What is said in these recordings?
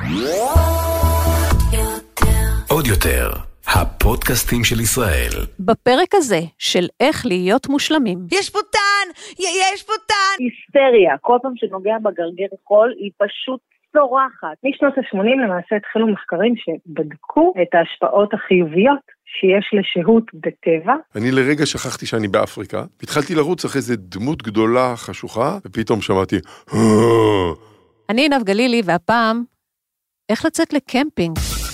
עוד יותר, הפודקאסטים של ישראל. בפרק הזה של איך להיות מושלמים. יש פה טן! יש פה טן! היסטריה, כל פעם שנוגע בגרגר חול היא פשוט צורחת. משנות ה-80 למעשה התחילו מחקרים שבדקו את ההשפעות החיוביות שיש לשהות בטבע. אני לרגע שכחתי שאני באפריקה, התחלתי לרוץ אחרי איזה דמות גדולה חשוכה, ופתאום שמעתי אני עינב גלילי, והפעם איך לצאת לקמפינג.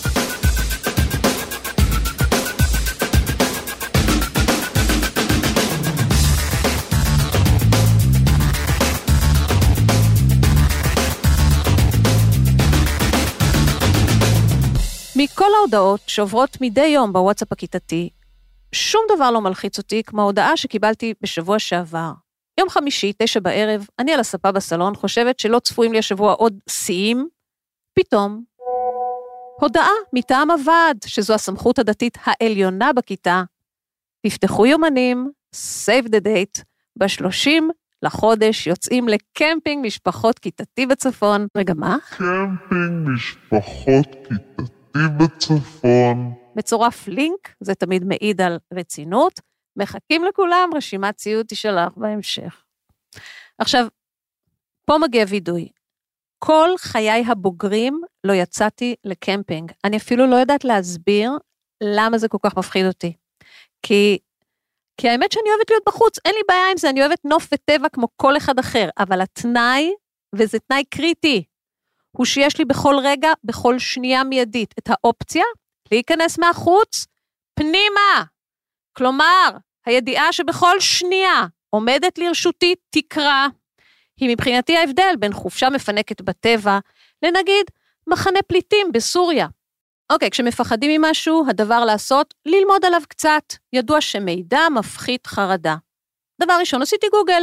מכל ההודעות שעוברות מדי יום בוואטסאפ הכיתתי, שום דבר לא מלחיץ אותי כמו ההודעה שקיבלתי בשבוע שעבר. יום חמישי, 9 בערב, אני על הספה בסלון, חושבת שלא צפויים לי השבוע עוד שיאים, פתאום, הודעה מטעם הוועד, שזו הסמכות הדתית העליונה בכיתה, תפתחו יומנים, save the date, ב-30 לחודש יוצאים לקמפינג משפחות כיתתי בצפון. רגע, מה? קמפינג משפחות כיתתי בצפון. מצורף לינק, זה תמיד מעיד על רצינות, מחכים לכולם, רשימת ציוד תשלח בהמשך. עכשיו, פה מגיע וידוי. כל חיי הבוגרים לא יצאתי לקמפינג. אני אפילו לא יודעת להסביר למה זה כל כך מפחיד אותי. כי האמת שאני אוהבת להיות בחוץ, אין לי בעיה עם זה, אני אוהבת נוף וטבע כמו כל אחד אחר, אבל התנאי, וזה תנאי קריטי, הוא שיש לי בכל רגע, בכל שנייה מיידית, את האופציה להיכנס מהחוץ פנימה. כלומר, הידיעה שבכל שנייה עומדת לרשותי תקרה, היא מבחינתי ההבדל בין חופשה מפנקת בטבע, לנגיד מחנה פליטים בסוריה. אוקיי, כשמפחדים ממשהו, הדבר לעשות, ללמוד עליו קצת. ידוע שמידע מפחית חרדה. דבר ראשון, עשיתי גוגל.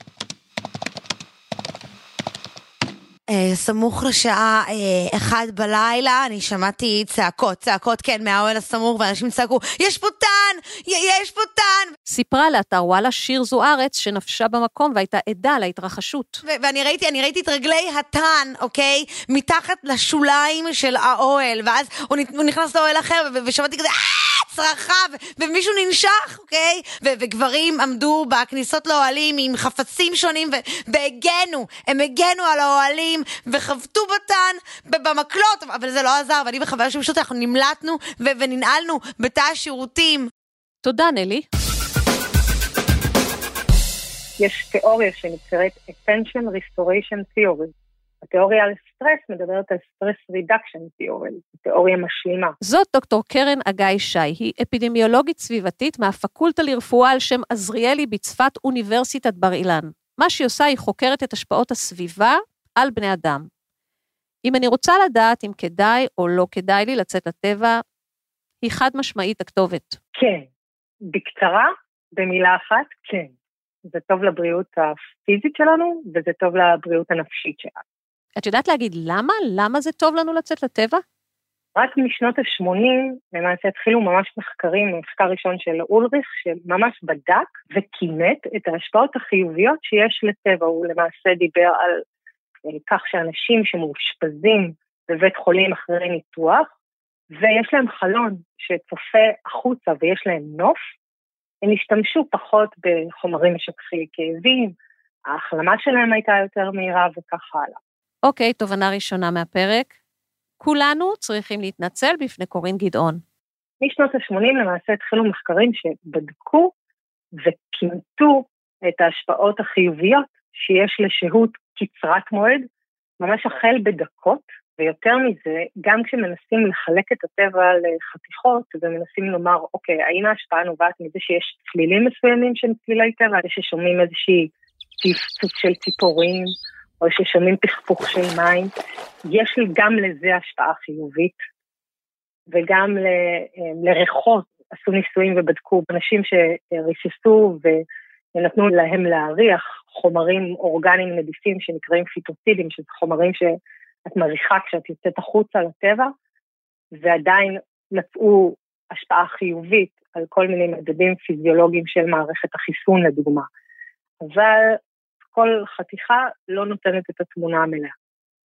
סמוך לשעה 1 בלילה, אני שמעתי צעקות, כן, מהאוהל הסמוך, ואנשים צעקו, יש פה טן! יש פה טן! סיפרה לאתר וואלה שיר זוארץ שנפשה במקום והייתה עדה להתרחשות. ואני ראיתי את רגלי הטן, אוקיי? מתחת לשוליים של האוהל, ואז הוא נכנס לאוהל אחר, ושמעתי כזה, צרחה, ומישהו ננשך, אוקיי? וגברים עמדו בכניסות לאוהלים עם חפצים שונים, הם הגנו על האוהלים, וחבטו בטן במקלות, אבל זה לא עזר, ואני וחבר שפשוט אנחנו נמלטנו וננעלנו בתא השירותים. תודה, נלי. יש תיאוריה שנקראת Attention Restoration Theory. התיאוריה על סטרס מדברת על Stress Reduction Theory, תיאוריה משלימה. זאת דוקטור קרן אגאי שי, היא אפידמיולוגית סביבתית מהפקולטה לרפואה על שם עזריאלי בצפת אוניברסיטת בר אילן. מה שהיא עושה היא חוקרת את השפעות הסביבה על בני אדם. אם אני רוצה לדעת אם כדאי או לא כדאי לי לצאת לטבע, היא חד משמעית הכתובת. כן, בקצרה, במילה אחת, כן. זה טוב לבריאות הפיזית שלנו, וזה טוב לבריאות הנפשית שלנו. את יודעת להגיד למה? למה זה טוב לנו לצאת לטבע? רק משנות ה-80, למעשה התחילו ממש מחקרים, מחקר ראשון של אולריך, שממש בדק וכימת את ההשפעות החיוביות שיש לטבע. הוא למעשה דיבר על כך שאנשים שמאושפזים בבית חולים אחרי ניתוח, ויש להם חלון שצופה החוצה ויש להם נוף, הם השתמשו פחות בחומרים משככי כאבים, ההחלמה שלהם הייתה יותר מהירה וכך הלאה. אוקיי, תובנה ראשונה מהפרק. כולנו צריכים להתנצל בפני קורין גדעון. משנות ה-80 למעשה התחילו מחקרים שבדקו וכימתו את ההשפעות החיוביות שיש לשהות קצרת מועד, ממש החל בדקות, ויותר מזה, גם כשמנסים לחלק את הטבע לחתיכות, ומנסים לומר, אוקיי, האם ההשפעה נובעת מזה שיש צלילים מסוימים שהם צלילי טבע, ששומעים איזושהי צפצוף של ציפורים, או ששומעים פכפוך של מים, יש לי גם לזה השפעה חיובית, וגם לריחות, עשו ניסויים ובדקו אנשים שריססו ונתנו להם להריח חומרים אורגניים נדיפים שנקראים פיטוצידים, שזה חומרים שאת מריחה כשאת יוצאת החוצה לטבע, ועדיין מצאו השפעה חיובית על כל מיני מדדים פיזיולוגיים של מערכת החיסון לדוגמה. אבל כל חתיכה לא נותנת את התמונה המלאה.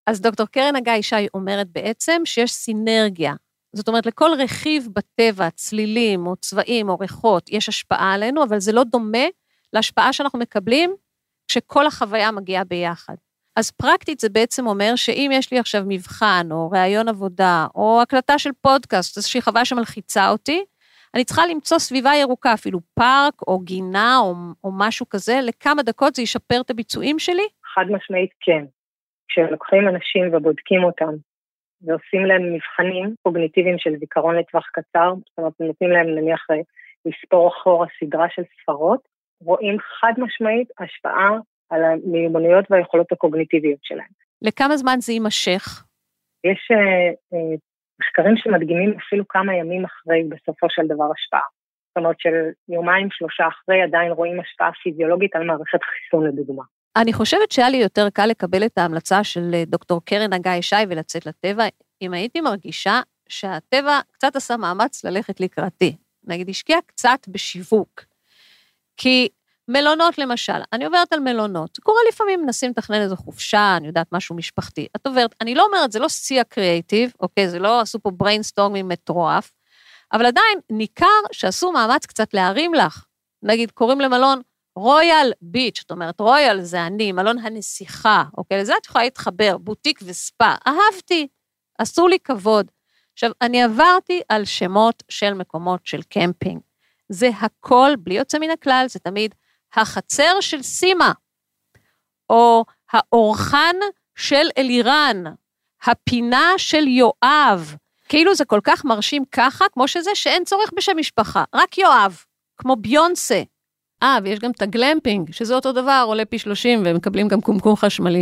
אז דוקטור קרן הגיא שי אומרת בעצם שיש סינרגיה. זאת אומרת, לכל רכיב בטבע, צלילים או צבעים או ריחות, יש השפעה עלינו, אבל זה לא דומה להשפעה שאנחנו מקבלים כשכל החוויה מגיעה ביחד. אז פרקטית זה בעצם אומר שאם יש לי עכשיו מבחן או ראיון עבודה או הקלטה של פודקאסט, איזושהי חוויה שמלחיצה אותי, אני צריכה למצוא סביבה ירוקה, אפילו פארק או גינה או משהו כזה, לכמה דקות זה ישפר את הביצועים שלי? חד משמעית כן. כשלוקחים אנשים ובודקים אותם, ועושים להם מבחנים קוגניטיביים של זיכרון לטווח קצר, זאת אומרת, נותנים להם נניח לספור אחורה סדרה של ספרות, רואים חד משמעית השפעה על המיומנויות והיכולות הקוגניטיביות שלהם. לכמה זמן זה יימשך? יש מחקרים שמדגימים אפילו כמה ימים אחרי בסופו של דבר השפעה. זאת אומרת של יומיים, 3 אחרי עדיין רואים השפעה פיזיולוגית על מערכת חיסון לדוגמה. אני חושבת שהיה לי יותר קל לקבל את ההמלצה של דוקטור קרן הגיא שי ולצאת לטבע, אם הייתי מרגישה שהטבע קצת עשה מאמץ ללכת לקראתי. נגיד, השקיע קצת בשיווק. כי מלונות למשל, אני עוברת על מלונות, קורה לפעמים מנסים לתכנן איזו חופשה, אני יודעת משהו משפחתי, את עוברת, אני לא אומרת, זה לא שיא הקריאטיב, אוקיי, זה לא עשו פה בריינסטורמינג מטורף, אבל עדיין ניכר שעשו מאמץ קצת להרים לך, נגיד, קוראים למלון רויאל ביץ', זאת אומרת, רויאל זה אני, מלון הנסיכה, אוקיי, לזה את יכולה להתחבר, בוטיק וספה, אהבתי, עשו לי כבוד. עכשיו, אני עברתי על שמות של מקומות של קמפינג, זה הכל, בלי יוצא מן הכלל, זה תמיד החצר של סימה, או האורחן של אלירן, הפינה של יואב, כאילו זה כל כך מרשים ככה, כמו שזה שאין צורך בשם משפחה, רק יואב, כמו ביונסה. ויש גם את הגלמפינג, שזה אותו דבר, עולה פי 30, ומקבלים גם קומקום חשמלי.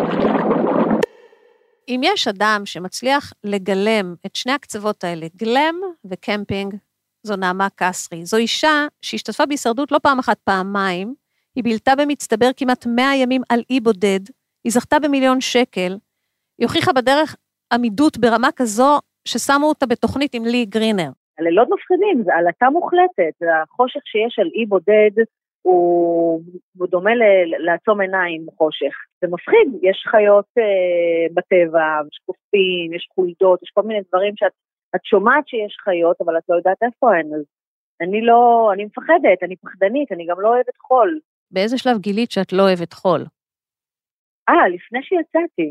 אם יש אדם שמצליח לגלם את שני הקצוות האלה, גלם וקמפינג, זו נעמה קסרי. זו אישה שהשתתפה בהישרדות לא פעם אחת, פעמיים, היא בילתה במצטבר כמעט 100 ימים על אי בודד, היא זכתה ב1,000,000 שקל, היא הוכיחה בדרך עמידות ברמה כזו, ששמו אותה בתוכנית עם לי גרינר. הלילות מפחידים, זה עלתה מוחלטת, החושך שיש על אי בודד, הוא דומה לעצום עיניים חושך. זה מפחיד, יש חיות בטבע, יש קופים, יש חולדות, יש כל מיני דברים שאת שומעת שיש חיות, אבל את לא יודעת איפה הן, אז אני מפחדת, אני פחדנית, אני גם לא אוהבת חול. באיזה שלב גילית שאת לא אוהבת חול? לפני שיצאתי.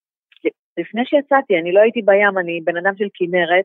לפני שיצאתי, אני לא הייתי בים, אני בן אדם של כנרת,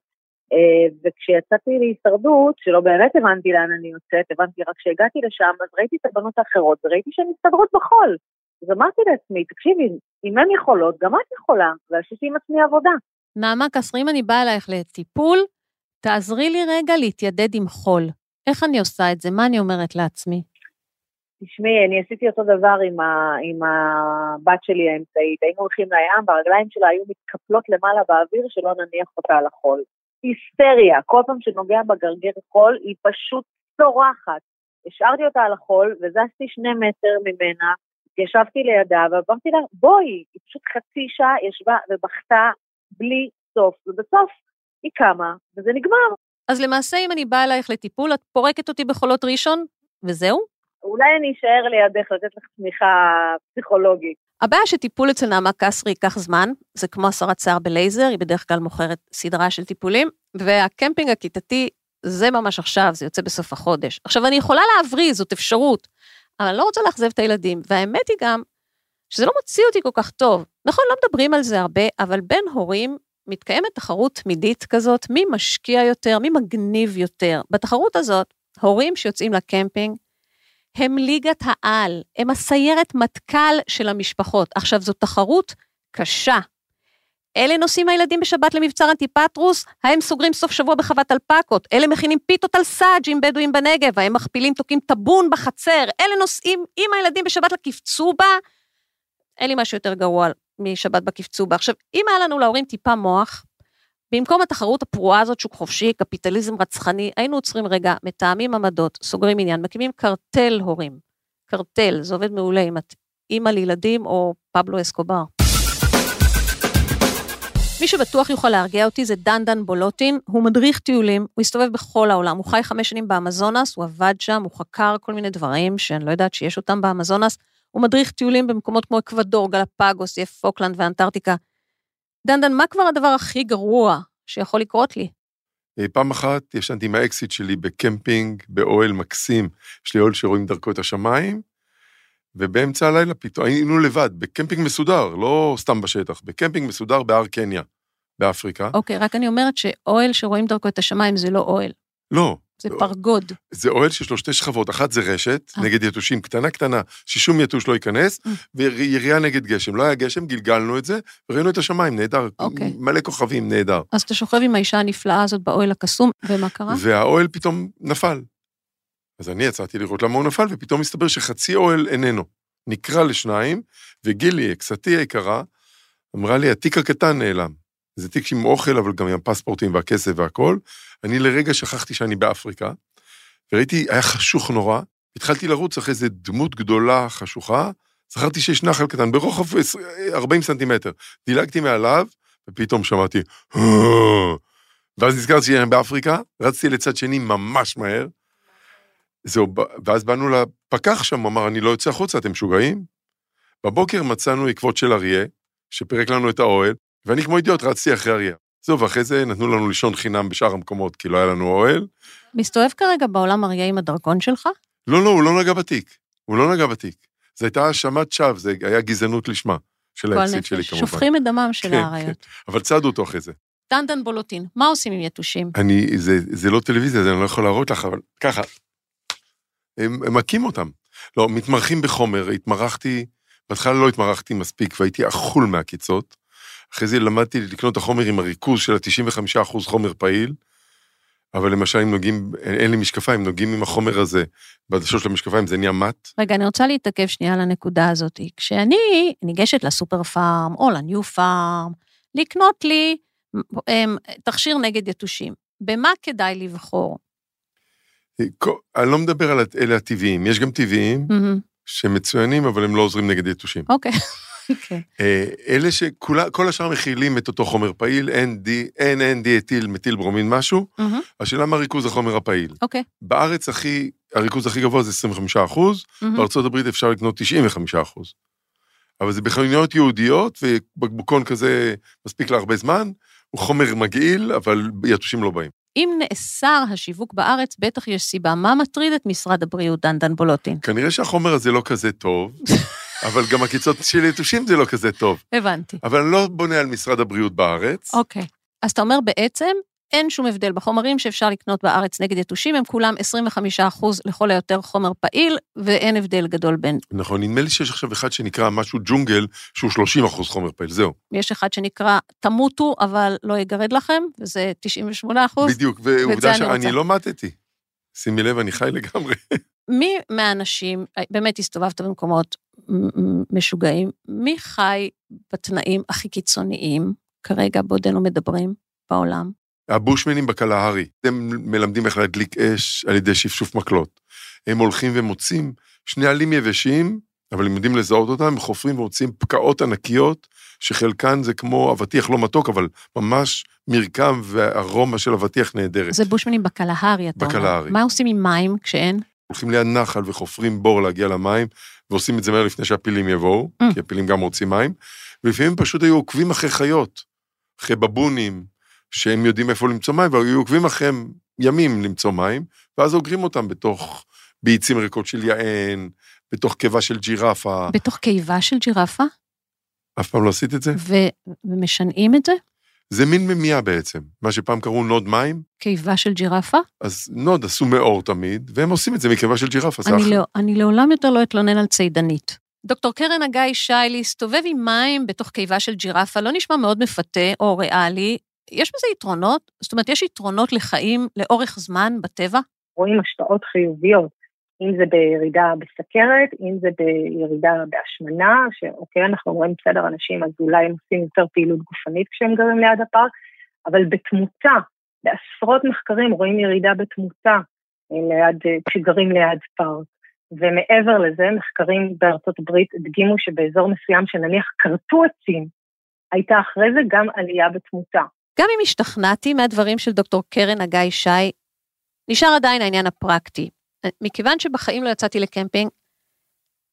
וכשיצאתי להישרדות, שלא באמת הבנתי לאן אני יוצאת, הבנתי רק שהגעתי לשם, אז ראיתי את הבנות האחרות, וראיתי שהן מסתדרות בחול. אז אמרתי לעצמי, תקשיבי, אם הן יכולות, גם את יכולה, ועשיתי עם עצמי עבודה. נעמה קסרי, אם אני באה אלייך לטיפול, תעזרי לי רגע להתיידד עם חול. איך אני עושה את זה? מה אני אומרת לעצמי? תשמעי, אני עשיתי אותו דבר עם הבת שלי האמצעית. היינו הולכים לים, והרגליים שלה היו מתקפלות למעלה באוויר, שלא נניח אותה על החול. היסטריה, כל פעם שנוגע בגרגר חול, היא פשוט צורחת. השארתי אותה על החול, וזזתי 2 מטר ממנה, ישבתי לידה, ואמרתי לה, בואי, היא פשוט חצי שעה ישבה ובכתה בלי סוף, ובסוף היא קמה, וזה נגמר. אז למעשה, אם אני באה אלייך לטיפול, את פורקת אותי בחולות ראשון, וזהו? אולי אני אשאר לידך לתת לך תמיכה פסיכולוגית. הבעיה שטיפול אצל נעמה קסרי ייקח זמן, זה כמו הסרת שיער בלייזר, היא בדרך כלל מוכרת סדרה של טיפולים, והקמפינג הכיתתי, זה ממש עכשיו, זה יוצא בסוף החודש. עכשיו, אני יכולה להבריא, זאת אפשרות, אבל אני לא רוצה להחזב את הילדים, והאמת היא גם, שזה לא מוציא אותי כל כך טוב. נכון, לא מדברים על זה הרבה, אבל בין הורים מתקיימת תחרות תמידית כזאת, מי משקיע יותר, מי מגניב יותר. בתחרות הזאת, הורים שיוצאים לקמפינג, הם ליגת העל, הם הסיירת מטכ"ל של המשפחות. עכשיו, זו תחרות קשה. אלה נוסעים הילדים בשבת למבצר אנטיפטרוס, הם סוגרים סוף שבוע בחוות אלפקות, אלה מכינים פיתות על סאג' עם בדואים בנגב, הם מכפילים תוקים טבון בחצר, אלה נוסעים עם הילדים בשבת לקפצובה, אין לי משהו יותר גרוע משבת בקפצובה. עכשיו, אם היה לנו להורים טיפה מוח, במקום התחרות הפרועה הזאת, שוק חופשי, קפיטליזם רצחני, היינו עוצרים רגע, מתאמים עמדות, סוגרים עניין, מקימים קרטל הורים. קרטל, זה עובד מעולה אם את אימא לילדים או פבלו אסקובר. מי שבטוח יוכל להרגיע אותי זה דן בולוטין, הוא מדריך טיולים, הוא הסתובב בכל העולם, הוא חי 5 שנים באמזונס, הוא עבד שם, הוא חקר כל מיני דברים שאני לא יודעת שיש אותם באמזונס, הוא מדריך טיולים במקומות כמו אקוודור, גלפגוס, פוקלנד ואנטארקטיקה. דנדן, מה כבר הדבר הכי גרוע שיכול לקרות לי? פעם אחת ישנתי עם האקסיט שלי בקמפינג, באוהל מקסים, יש לי אוהל שרואים דרכו את השמיים, ובאמצע הלילה פתאום, היינו לבד, בקמפינג מסודר, לא סתם בשטח, בקמפינג מסודר בהר קניה, באפריקה. אוקיי, רק אני אומרת שאוהל שרואים דרכו את השמיים זה לא אוהל. לא. זה פרגוד. זה אוהל שיש לו שתי שכבות, אחת זה רשת, נגד יתושים, קטנה, ששום יתוש לא ייכנס, וירייה נגד גשם. לא היה גשם, גלגלנו את זה, וראינו את השמיים, נהדר, מלא כוכבים, נהדר. אז אתה שוכב עם האישה הנפלאה הזאת באוהל הקסום, ומה קרה? והאוהל פתאום נפל. אז אני יצאתי לראות למה הוא נפל, ופתאום מסתבר שחצי אוהל איננו. נקרא לשניים, וגילי, אקסתי היקרה, אמרה לי, התיק הקטן נעלם. זה תיק עם אוכל, אבל גם עם הפספורטים והכסף והכל. אני לרגע שכחתי שאני באפריקה, וראיתי, היה חשוך נורא, התחלתי לרוץ אחרי איזו דמות גדולה חשוכה, זכרתי שיש נחל קטן, ברוחב 40 סנטימטר. דילגתי מעליו, ופתאום שמעתי, ואז נזכרתי שאני באפריקה, רצתי לצד שני ממש מהר, ואז באנו לפקח שם, אמר, אני לא יוצא החוצה, אתם משוגעים? בבוקר מצאנו עקבות של אריה, שפרק לנו את האוהל, ואני כמו אידיוט רצתי אחרי אריה. זהו, ואחרי זה נתנו לנו לישון חינם בשאר המקומות, כי לא היה לנו אוהל. מסתובב כרגע בעולם אריה עם הדרכון שלך? לא, הוא לא נגע בתיק. הוא לא נגע בתיק. זה הייתה האשמת שווא, זה היה גזענות לשמה, של האקסיט שלי כמובן. שופכים את דמם של האריות. אבל צעדו אותו אחרי זה. דנדן בולוטין, מה עושים עם יתושים? זה לא טלוויזיה, זה אני לא יכול להראות לך, אבל ככה, הם מקים אותם. לא, מתמרחים בחומר, בהתחלה לא התמרחתי מספיק, והייתי אכול מהקיצות. אחרי זה למדתי לקנות את החומר עם הריכוז של ה-95% חומר פעיל, אבל למשל, אם נוגעים, אין לי משקפיים, נוגעים עם החומר הזה, בעדשות של המשקפיים זה נהיה מת. רגע, אני רוצה להתעכב שנייה על הנקודה הזאת. כשאני ניגשת לסופר פארם, או לניו פארם, לקנות לי תכשיר נגד יתושים, במה כדאי לבחור? אני לא מדבר על אלה הטבעיים, יש גם טבעיים, שמצוינים, אבל הם לא עוזרים נגד יתושים. אוקיי. אלה שכל השאר מכילים את אותו חומר פעיל, ND אתיל, מטיל ברומין משהו, השאלה מה ריכוז החומר הפעיל. בארץ הריכוז הכי גבוה זה 25%, בארצות הברית אפשר לקנות 95%. אבל זה בחנויות יהודיות, ובקבוקון כזה מספיק להרבה זמן, הוא חומר מגעיל, אבל יתושים לא באים. אם נאסר השיווק בארץ, בטח יש סיבה. מה מטריד את משרד הבריאות, דנדן בולוטין? כנראה שהחומר הזה לא כזה טוב, אבל גם הקיצות של יתושים זה לא כזה טוב. הבנתי. אבל אני לא בונה על משרד הבריאות בארץ. אוקיי. אז אתה אומר בעצם, אין שום הבדל בחומרים שאפשר לקנות בארץ נגד יתושים, הם כולם 25% לכל היותר חומר פעיל, ואין הבדל גדול בין. נכון, נדמה לי שיש עכשיו אחד שנקרא משהו ג'ונגל, שהוא 30% חומר פעיל, זהו. יש אחד שנקרא תמותו, אבל לא יגרד לכם, וזה 98%. בדיוק, ועובדה שאני לא מתתי. שימי לב, אני חי לגמרי. מי מהאנשים, באמת הסתובבת במקומות משוגעים, מי חי בתנאים הכי קיצוניים, כרגע בעודנו מדברים בעולם? הבושמנים בקלהרי, הם מלמדים איך להדליק אש על ידי שפשוף מקלות. הם הולכים ומוצאים שני עלים יבשים, אבל הם יודעים לזהות אותם, הם חופרים ומוצאים פקעות ענקיות, שחלקן זה כמו אבטיח לא מתוק, אבל ממש מרקם והארומה של אבטיח נהדרת. זה בושמנים בקלהרי, אתה אומר. בקלהרי. מה עושים עם מים כשאין? הולכים ליד נחל וחופרים בור להגיע למים, ועושים את זה מהר לפני שהפילים יבואו, כי הפילים גם רוצים מים, ולפעמים פשוט היו עוקבים אחרי חיות, אחרי בבונים, שהם יודעים איפה למצוא מים, והיו עוקבים אחריהם ימים למצוא מים, ואז עוגרים אותם בתוך ביצים ריקות של יען, בתוך קיבה של ג'ירפה. בתוך קיבה של ג'ירפה? אף פעם לא עשית את זה? ומשנעים את זה? זה מין ממיה בעצם, מה שפעם קראו נוד מים. קיבה של ג'ירפה? אז נוד עשו מאור תמיד, והם עושים את זה מקיבה של ג'ירפה. אני לעולם יותר לא אתלונן על צידנית. דוקטור קרן הגיא שי, להסתובב עם מים בתוך קיבה של ג'ירפה, לא נשמע מאוד מפתה או ריאלי, יש בזה יתרונות? זאת אומרת, יש יתרונות לחיים לאורך זמן בטבע? רואים השפעות חיוביות, אם זה בירידה בסכרת, אם זה בירידה בהשמנה, שאוקיי, אנחנו רואים בסדר אנשים, אז אולי הם עושים יותר פעילות גופנית כשהם גרים ליד הפארק, אבל בתמותה, בעשרות מחקרים רואים ירידה בתמותה, כשגרים ליד פארק. ומעבר לזה, מחקרים בארצות הברית הדגימו שבאזור מסוים שנניח קרטו עצים, הייתה אחרי זה גם עלייה בתמותה. גם אם השתכנעתי מהדברים של דוקטור קרן הגיא שי, נשאר עדיין העניין הפרקטי. מכיוון שבחיים לא יצאתי לקמפינג,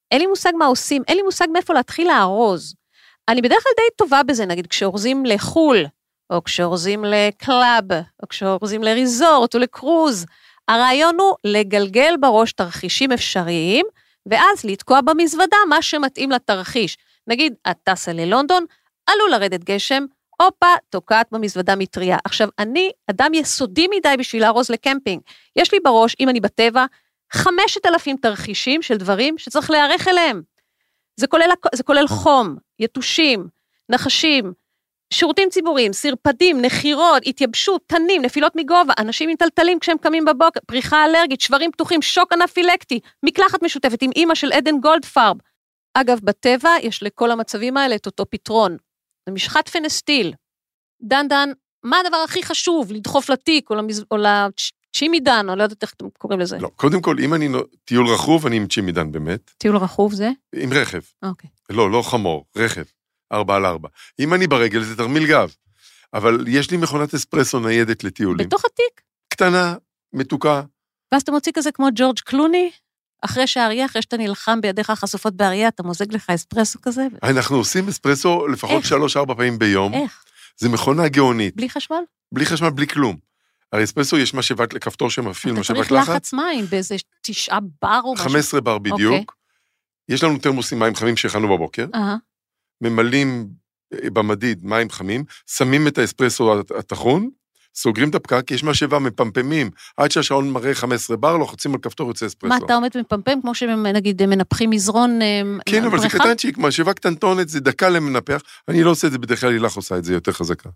אין לי מושג מה עושים, אין לי מושג מאיפה להתחיל לארוז. אני בדרך כלל די טובה בזה, נגיד, כשאורזים לחול, או כשאורזים לקלאב, או כשאורזים לריזורט או לקרוז. הרעיון הוא לגלגל בראש תרחישים אפשריים, ואז לתקוע במזוודה מה שמתאים לתרחיש. נגיד, את טסה ללונדון, עלול לרדת גשם, הופה, תוקעת במזוודה מטריה. עכשיו, אני אדם יסודי מדי בשביל לארוז לקמפינג. יש לי בראש, אם אני בטבע, 5,000 תרחישים של דברים שצריך להיערך אליהם. זה כולל חום, יתושים, נחשים, שירותים ציבוריים, סרפדים, נחירות, התייבשות, תנים, נפילות מגובה, אנשים עם טלטלים כשהם קמים בבוקר, פריחה אלרגית, שברים פתוחים, שוק אנפילקטי, מקלחת משותפת עם אמא של עדן גולדפרב. אגב, בטבע יש לכל המצבים האלה את אותו פתרון. זה משחת פנסטיל. דן, מה הדבר הכי חשוב? לדחוף לתיק או לצ'ימידן, או לא יודעת איך אתם קוראים לזה. לא, קודם כל, אם אני טיול רכוב, אני עם צ'ימידן באמת. טיול רכוב זה? עם רכב. אוקיי. לא חמור, רכב. 4x4. אם אני ברגל, זה תרמיל גב. אבל יש לי מכונת אספרסו ניידת לטיולים. בתוך התיק? קטנה, מתוקה. ואז אתה מוציא כזה כמו ג'ורג' קלוני, אחרי שאתה נלחם בידיך החשופות באריה, אתה מוזג לך אספרסו כזה? אנחנו עושים אספרסו לפחות 3-4 פעמים ביום. איך? זה מכונה גאונית. בלי חשמל? בלי חשמל, בלי כלום. הרי אספרסו יש משאבת לכפתור שמפעיל משאבת לחץ. אתה צריך לחץ מים באיזה 9 בר או משהו. 15 בר בדיוק. יש לנו תרמוסים מים חמים שהכנו בבוקר. ממלאים במדיד מים חמים, שמים את האספרסו הטחון, סוגרים את הפקק, יש משאבה, מפמפמים, עד שהשעון מראה 15 בר, לוחצים על כפתור יוצא אספרסו. מה, אתה עומד מפמפם, כמו שנגיד מנפחים מזרון כן, אבל זה קטנצ'יק, משאבה קטנטונת, זה דקה למנפח, אני לא עושה את זה בדרך כלל, הילך עושה את זה יותר חזקה.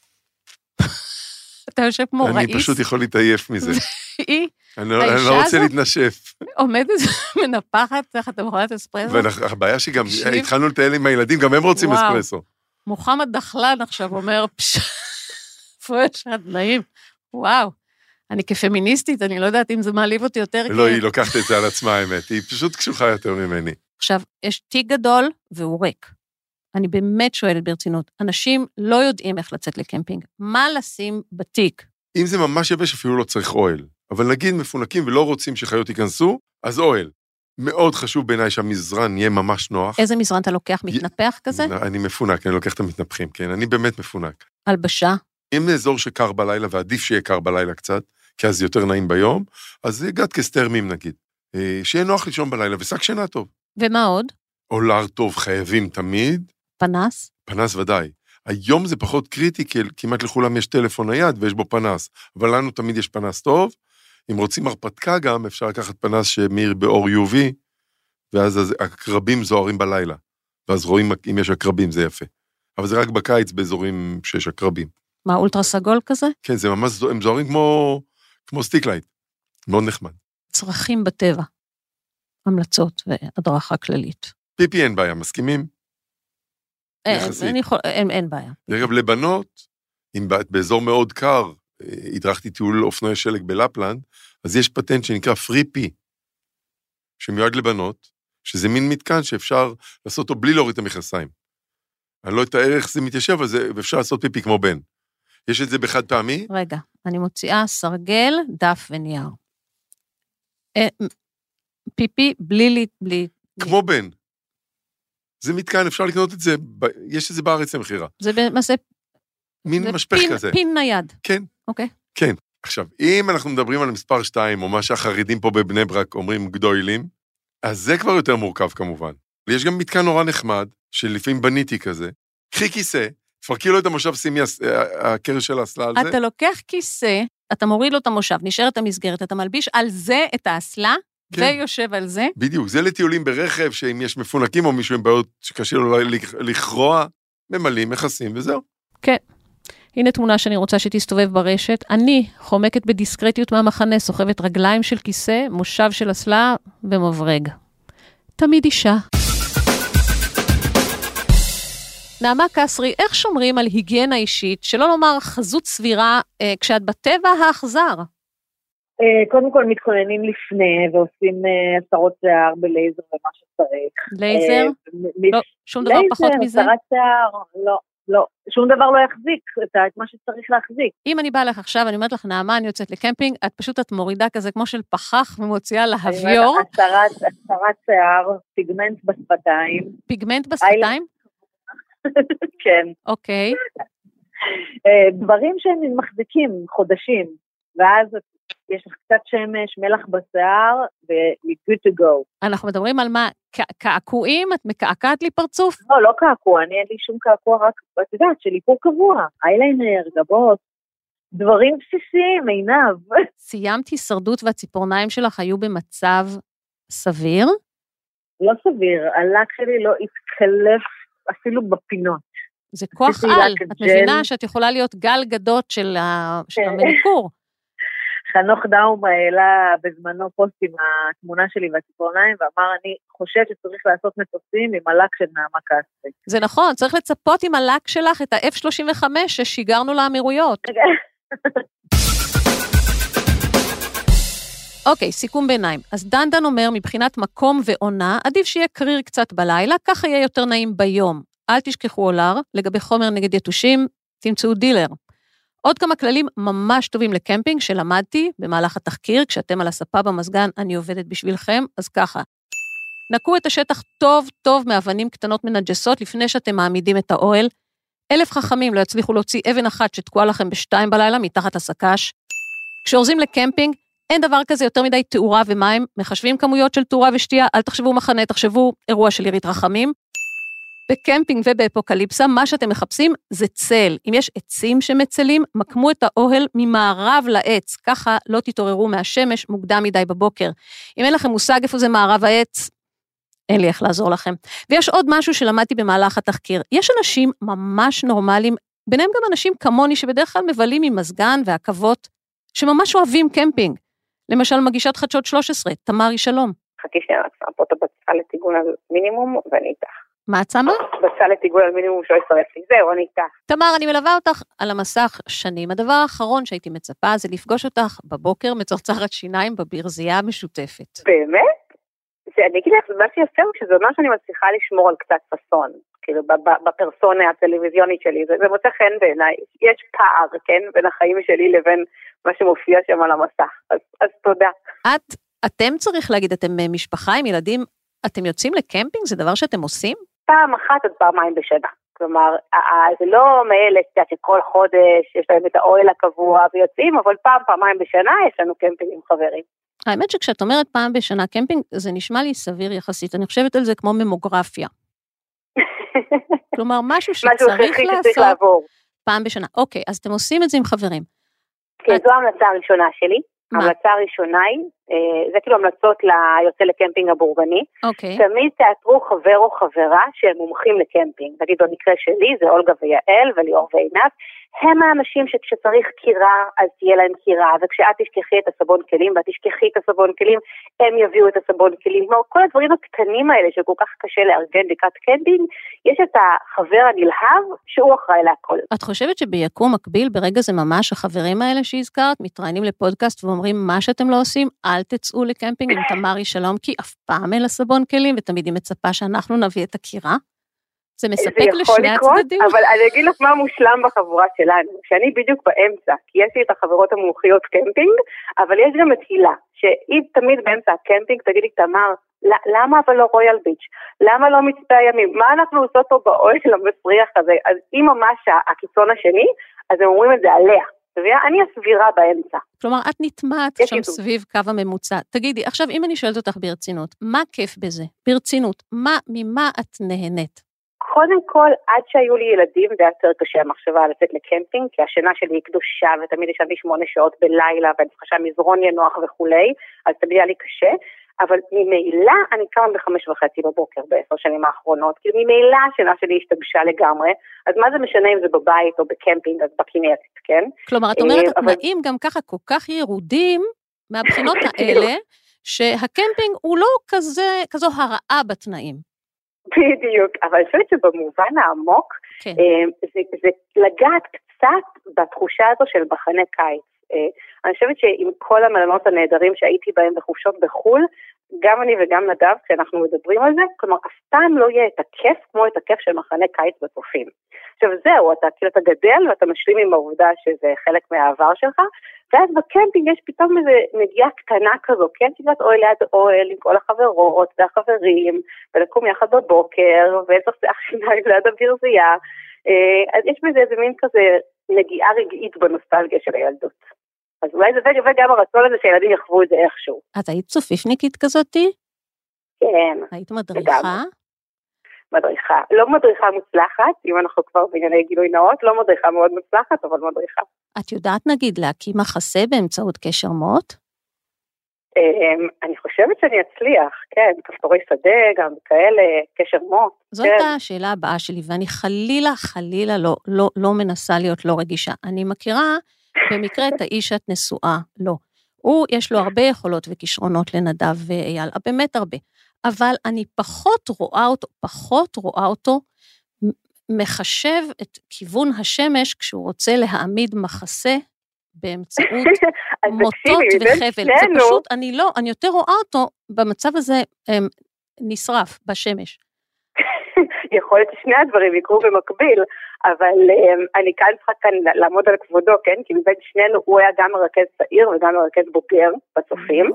אתה יושב כמו רעיס. אני פשוט יכול להתעייף מזה. אני לא רוצה להתנשף. עומדת מנפחת, תחת המכונת אספרסו. והבעיה שגם התחלנו לטייל עם הילדים, גם הם רוצים אספרסו. מוחמד דחלן עכשיו אומר, איפה יש התנאים? וואו, אני כפמיניסטית, אני לא יודעת אם זה מעליב אותי יותר. לא, היא לוקחת את זה על עצמה, האמת, היא פשוט קשוחה יותר ממני. עכשיו, יש תיק גדול והוא ריק. אני באמת שואלת ברצינות, אנשים לא יודעים איך לצאת לקמפינג, מה לשים בתיק? אם זה ממש יבש, אפילו לא צריך אוהל, אבל נגיד מפונקים ולא רוצים שחיות ייכנסו, אז אוהל. מאוד חשוב בעיניי שהמזרן יהיה ממש נוח. איזה מזרן אתה לוקח? מתנפח כזה? אני מפונק, אני לוקח את המתנפחים, כן, אני באמת מפונק. הלבשה? אם זה אזור שקר בלילה, ועדיף שיהיה קר בלילה קצת, כי אז זה יותר נעים ביום, אז זה גד כסטרמים נגיד. שיהיה נוח לישון בלילה, ושק שינה טוב. ומה עוד? אולר טוב חייבים תמיד. פנס? פנס ודאי. היום זה פחות קריטי, כי כמעט לכולם יש טלפון נייד ויש בו פנס, אבל לנו תמיד יש פנס טוב. אם רוצים הרפתקה גם, אפשר לקחת פנס שמאיר באור UV, ואז הקרבים זוהרים בלילה. ואז רואים אם יש הקרבים, זה יפה. אבל זה רק בקיץ באזורים שיש הקרבים. מה, אולטרה סגול כזה? כן, זה ממש, הם זוהרים כמו סטיקלייט. מאוד נחמד. צרכים בטבע. המלצות והדרכה כללית. פיפי אין בעיה, מסכימים? אין בעיה. דרך לבנות, אם באזור מאוד קר, הדרכתי טיול אופנועי שלג בלפלנד, אז יש פטנט שנקרא פרי פי, שמיועד לבנות, שזה מין מתקן שאפשר לעשות אותו בלי להוריד את המכנסיים. אני לא אתאר איך זה מתיישב, אבל אפשר לעשות פיפי כמו בן. יש את זה בחד פעמי? רגע, אני מוציאה סרגל, דף ונייר. פיפי בלי... כמו בן. זה מתקן, אפשר לקנות את זה, יש את זה בארץ למחירה. זה במעשה... מין משפך כזה. פין נייד. כן. אוקיי. כן. עכשיו, אם אנחנו מדברים על מספר 2, או מה שהחרדים פה בבני ברק אומרים גדולים, אז זה כבר יותר מורכב כמובן. יש גם מתקן נורא נחמד, שלפעמים בניתי כזה, קחי כיסא, תפרקי לו את המושב, שימי הקרש של האסלה על זה. אתה לוקח כיסא, אתה מוריד לו את המושב, נשארת המסגרת, אתה מלביש על זה את האסלה, כן. ויושב על זה. בדיוק, זה לטיולים ברכב, שאם יש מפונקים או מישהו עם בעיות שקשה לו לכרוע, ממלאים, מכסים וזהו. כן. הנה תמונה שאני רוצה שתסתובב ברשת. אני חומקת בדיסקרטיות מהמחנה, סוחבת רגליים של כיסא, מושב של אסלה ומברג. תמיד אישה. נעמה קסרי, איך שומרים על היגיינה אישית, שלא לומר חזות סבירה, כשאת בטבע האכזר? קודם כל מתכוננים לפני, ועושים הסרות שיער בלייזר ומה שצריך. לייזר? לא, שום דבר פחות מזה? לייזר, הסרת שיער, לא. לא, שום דבר לא יחזיק את מה שצריך להחזיק. אם אני באה לך עכשיו, אני אומרת לך, נעמה, אני יוצאת לקמפינג, את מורידה כזה כמו של פחח ומוציאה להביור. הסרת שיער, פיגמנט בשפתיים. פיגמנט בשפתיים? כן. אוקיי. דברים שהם מחזיקים חודשים, ואז יש לך קצת שמש, מלח בשיער, ו-good to go. אנחנו מדברים על מה? קעקועים? את מקעקעת לי פרצוף? לא קעקוע, אני אין לי שום קעקוע, רק, את יודעת, של איפור קבוע, איילינר, גבות, דברים בסיסיים, עיניו. סיימת הישרדות והציפורניים שלך היו במצב סביר? לא סביר, הלק שלי לא התקלף אפילו בפינות. זה כוח על, את מבינה שאת יכולה להיות גל גדות של המניקור. חנוך דאום העלה בזמנו פוסט עם התמונה שלי והציפורניים, ואמר, אני חושב שצריך לעשות מטוסים עם הלק של נעמה קסטי. זה נכון, צריך לצפות עם הלק שלך את ה-F-35 ששיגרנו לאמירויות. אוקיי, סיכום ביניים. אז דנדן אומר, מבחינת מקום ועונה, עדיף שיהיה קריר קצת בלילה, ככה יהיה יותר נעים ביום. אל תשכחו אולר, לגבי חומר נגד יתושים, תמצאו דילר. עוד כמה כללים ממש טובים לקמפינג שלמדתי במהלך התחקיר, כשאתם על הספה במזגן, אני עובדת בשבילכם, אז ככה. נקו את השטח טוב טוב מאבנים קטנות מנג'סות, לפני שאתם מעמידים את האוהל. 1,000 חכמים לא יצליחו להוציא אבן אחת שתקועה לכם ב2 בלילה מתחת לסקש. כשאורזים לקמפינג, אין דבר כזה יותר מדי תאורה ומים, מחשבים כמויות של תאורה ושתייה, אל תחשבו מחנה, תחשבו אירוע של ירית רחמים. בקמפינג ובאפוקליפסה, מה שאתם מחפשים זה צל. אם יש עצים שמצלים, מקמו את האוהל ממערב לעץ, ככה לא תתעוררו מהשמש מוקדם מדי בבוקר. אם אין לכם מושג איפה זה מערב העץ, אין לי איך לעזור לכם. ויש עוד משהו שלמדתי במהלך התחקיר. יש אנשים ממש נורמליים, ביניהם גם אנשים כמוני שבדרך כלל מבלים עם מזגן ועקבות, שממש אוהבים קמפינג. למשל מגישת חדשות 13, תמרי שלום. חכי שנייה, פה את הבצע לטיגון על מינימום ואני איתך. מה את שמה? בצע לטיגול על מינימום שלא ישרף לי, זהו, אני איתך. תמר, אני מלווה אותך על המסך שנים. הדבר האחרון שהייתי מצפה זה לפגוש אותך בבוקר מצרצרת שיניים בברזייה המשותפת. באמת? אני אגיד לך, מה שיפה הוא שזה אומר שאני מצליחה לשמור על קצת פסון, כאילו בפרסונה הטלוויזיונית שלי, זה מוצא חן בעיניי. יש פער, כן, בין החיים שלי לבין מה שמופיע שם על המסך, אז תודה. אתם צריך להגיד, אתם משפחה עם ילדים, אתם יוצאים לקמפינג? זה דבר שאתם עושים? פעם אחת עד פעמיים בשנה. כלומר, זה לא מאלה שכל חודש יש להם את האוהל הקבוע ויוצאים, אבל פעמיים בשנה יש לנו קמפינג עם חברים. האמת שכשאת אומרת פעם בשנה קמפינג, זה נשמע לי סביר יחסית. אני חושבת על זה כמו ממוגרפיה. כלומר, משהו שצריך לעשות פעם בשנה. אוקיי, אז אתם עושים את זה עם חברים. כן, זו ההמלצה הראשונה שלי. ההמלצה הראשונה היא, זה כאילו המלצות ליוצא לקמפינג הבורגני. תמיד תאתרו חבר או חברה שהם מומחים לקמפינג. נגיד במקרה שלי זה אולגה ויעל וליאור ועינת. הם האנשים שכשצריך קירה, אז תהיה להם קירה, וכשאת תשכחי את הסבון כלים, ואת תשכחי את הסבון כלים, הם יביאו את הסבון כלים. כל הדברים הקטנים האלה שכל כך קשה לארגן לקראת קמפינג, יש את החבר הנלהב שהוא אחראי להכל. את חושבת שביקום מקביל, ברגע זה ממש החברים האלה שהזכרת, מתראיינים לפודקאסט ואומרים מה שאתם לא עושים, אל תצאו לקמפינג עם תמרי שלום, כי אף פעם אין לסבון כלים, ותמיד היא מצפה שאנחנו נביא את הקירה. זה מספק לשני הצדדים. אבל אני אגיד לך מה מושלם בחבורה שלנו, שאני בדיוק באמצע, כי יש לי את החברות המומחיות קמפינג, אבל יש גם את הילה, שהיא תמיד באמצע הקמפינג, תגיד לי, תמר, למה אבל לא רויאל ביץ'? למה לא מצפה הימים? מה אנחנו עושות פה באוהל המפריח הזה? אז אם ממש הקיצון השני, אז הם אומרים את זה עליה. אני הסבירה באמצע. כלומר, את נטמעת שם סביב קו הממוצע. תגידי, עכשיו אם אני שואלת אותך ברצינות, מה כיף בזה? ברצינות, ממה את נהנית? קודם כל, עד שהיו לי ילדים, זה היה יותר קשה המחשבה לצאת לקמפינג, כי השינה שלי היא קדושה, ותמיד ישנתי 8 שעות בלילה, ואני צריכה שהמזרון יהיה נוח וכולי, אז תמיד היה לי קשה, אבל ממילא אני קמה ב5:30 בבוקר ב10 שנים האחרונות, כאילו ממילא השינה שלי השתבשה לגמרי, אז מה זה משנה אם זה בבית או בקמפינג, אז בכינרת, כן? כלומר, את אומרת, התנאים גם ככה כל כך ירודים, מהבחינות האלה, שהקמפינג הוא לא כזו הרעה בתנאים. בדיוק, אבל אני חושבת שבמובן העמוק, זה לגעת קצת בתחושה הזו של מחנה קיץ. אני חושבת שעם כל המלונות הנהדרים שהייתי בהם בחופשות בחול, גם אני וגם נדב, כשאנחנו מדברים על זה, כלומר, אף פעם לא יהיה את הכיף כמו את הכיף של מחנה קיץ בצופים. עכשיו זהו, אתה גדל ואתה משלים עם העובדה שזה חלק מהעבר שלך, ואז בקמפינג יש פתאום איזו נגיעה קטנה כזו, כן? שגעת אוהל ליד אוהל עם כל החברות והחברים, ולקום יחד בבוקר, ולצחצח שיניים ליד הברזייה, אז יש בזה איזה מין כזה נגיעה רגעית בנוסטלגיה של הילדות. אז אולי זה וגם הרצון הזה שהילדים יחוו את זה איכשהו. את היית צופיפניקית כזאתי? כן. היית מדריכה? מדריכה. לא מדריכה מוצלחת, אם אנחנו כבר בענייני גילוי נאות, לא מדריכה מאוד מוצלחת, אבל מדריכה. את יודעת נגיד להקים מחסה באמצעות קשר מוט? אני חושבת שאני אצליח, כן, כפתורי שדה, גם כאלה, קשר מוט. זאת השאלה הבאה שלי, ואני חלילה לא מנסה להיות לא רגישה. אני מכירה במקרה את האיש שאת נשואה, לא. יש לו הרבה יכולות וכישרונות לנדב ואייל, באמת הרבה. אבל אני פחות רואה אותו מחשב את כיוון השמש כשהוא רוצה להעמיד מחסה באמצעות מוטות וחבל. זה פשוט, אני יותר רואה אותו במצב הזה נשרף בשמש. יכול להיות ששני הדברים יקרו במקביל, אבל אני כאן צריכה לעמוד על כבודו, כן? כי מבין שנינו הוא היה גם מרכז צעיר וגם מרכז בוגר בצופים.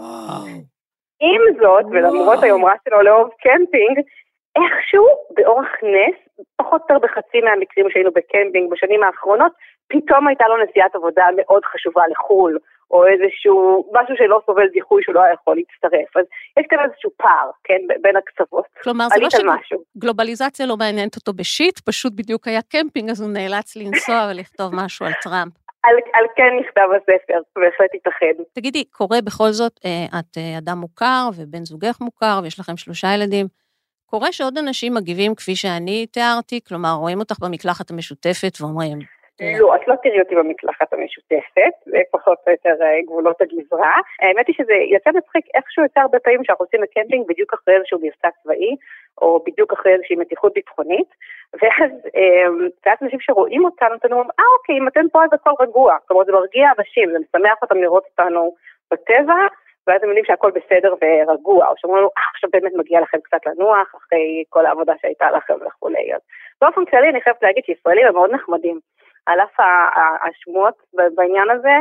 עם זאת, ולמרות היומרה שלו לאהוב קמפינג, איכשהו באורח נס, פחות או יותר בחצי מהמקרים שהיינו בקמפינג בשנים האחרונות, פתאום הייתה לו נסיעת עבודה מאוד חשובה לחול, או איזשהו משהו שלא סובל דיחוי שהוא לא יכול להצטרף. אז יש כאן איזשהו פער, כן, בין הקצוות. כלומר, זה לא שגלובליזציה לא מעניינת אותו בשיט, פשוט בדיוק היה קמפינג, אז הוא נאלץ לנסוע ולכתוב משהו על טראמפ. על כן נכתב הספר, בהחלט ייתכן. תגידי, קורה בכל זאת, את אדם מוכר ובן זוגך מוכר, ויש לכם 3 ילדים, קורה שעוד אנשים מגיבים כפי שאני תיארתי, כלומר, רואים אותך במקלחת המשותפת ואומרים, לא, את לא תראי אותי במקלחת המשותפת, זה פחות או יותר גבולות הגזרה. האמת היא שזה יצא מצחיק איכשהו יותר הרבה פעמים שאנחנו עושים לקמפינג בדיוק אחרי איזשהו מבצע צבאי, או בדיוק אחרי איזושהי מתיחות ביטחונית, ואז אנשים שרואים אותנו, אתם אומרים, אוקיי, אם אתם פה אז הכל רגוע, כלומר זה מרגיע אנשים, זה משמח אותם לראות אותנו בטבע, ואז הם יודעים שהכל בסדר ורגוע, או שאומרים לנו, עכשיו באמת מגיע לכם קצת לנוח, אחרי כל העבודה שהייתה לכם וכולי. באופן כללי אני חייבת להגיד שישראלים הם מאוד נחמדים. על אף השמועות בעניין הזה,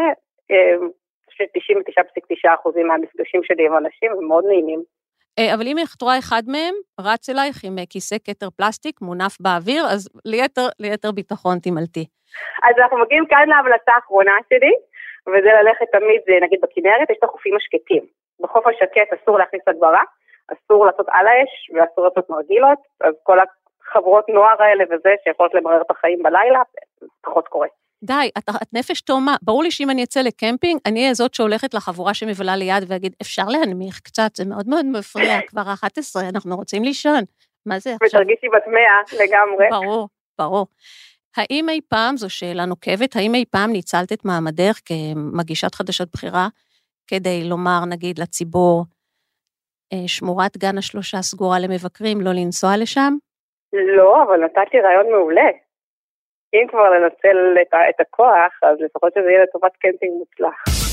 ש99.9% מהמפגשים שלי עם אנשים הם מאוד נעימים. אבל אם את רואה אחד מהם, רץ אלייך עם כיסא כתר פלסטיק, מונף באוויר, אז ליתר ביטחון תמלתי. אז אנחנו מגיעים כאן להמלצה האחרונה שלי, וזה ללכת תמיד, נגיד בכנרת, יש את החופים השקטים. בחוף השקט אסור להכניס הגברה, אסור לעשות על האש, ואסור לעשות מרגילות, אז כל חברות נוער האלה וזה, שיכולות למרר את החיים בלילה, פחות קורה. די, את נפש תאומה. ברור לי שאם אני אצא לקמפינג, אני אהיה זאת שהולכת לחבורה שמבלה ליד, ואגיד, אפשר להנמיך קצת, זה מאוד מאוד מפריע, כבר 11, אנחנו רוצים לישון. מה זה עכשיו? ותרגישי בת 100 לגמרי. ברור. האם אי פעם, זו שאלה נוקבת, האם אי פעם ניצלת את מעמדך כמגישת חדשות בחירה, כדי לומר, נגיד, לציבור, שמורת גן השלושה סגורה למבקרים, לא לנסוע לשם? לא, אבל נתתי רעיון מעולה. אם כבר לנצל את הכוח, אז לפחות שזה יהיה לטובת קמפינג מוצלח.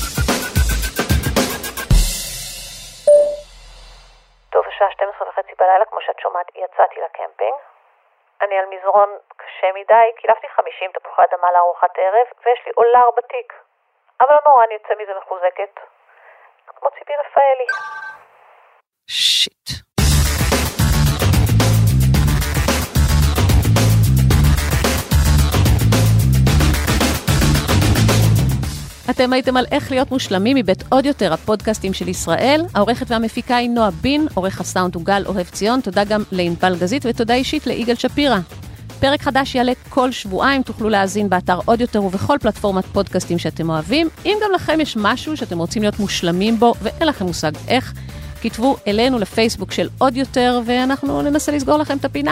טוב, השעה 12:30 בלילה, כמו שאת שומעת, יצאתי לקמפינג. אני על מזרון קשה מדי, קילפתי 50 תפוחי אדמה לארוחת ערב, ויש לי אולר בתיק. אבל לא נורא, אני אצא מזה מחוזקת. כמו ציפי רפאלי. שיט. אתם הייתם על איך להיות מושלמים מבית עוד יותר, הפודקאסטים של ישראל. העורכת והמפיקה היא נועה בין, עורך הסאונד הוא גל אוהב ציון, תודה גם לענבל גזית ותודה אישית ליגאל שפירא. פרק חדש יעלה כל שבועיים, תוכלו להאזין באתר עוד יותר ובכל פלטפורמת פודקאסטים שאתם אוהבים. אם גם לכם יש משהו שאתם רוצים להיות מושלמים בו ואין לכם מושג איך, כתבו אלינו לפייסבוק של עוד יותר ואנחנו ננסה לסגור לכם את הפינה.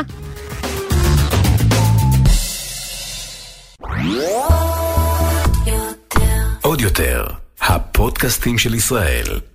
עוד יותר, הפודקאסטים של ישראל.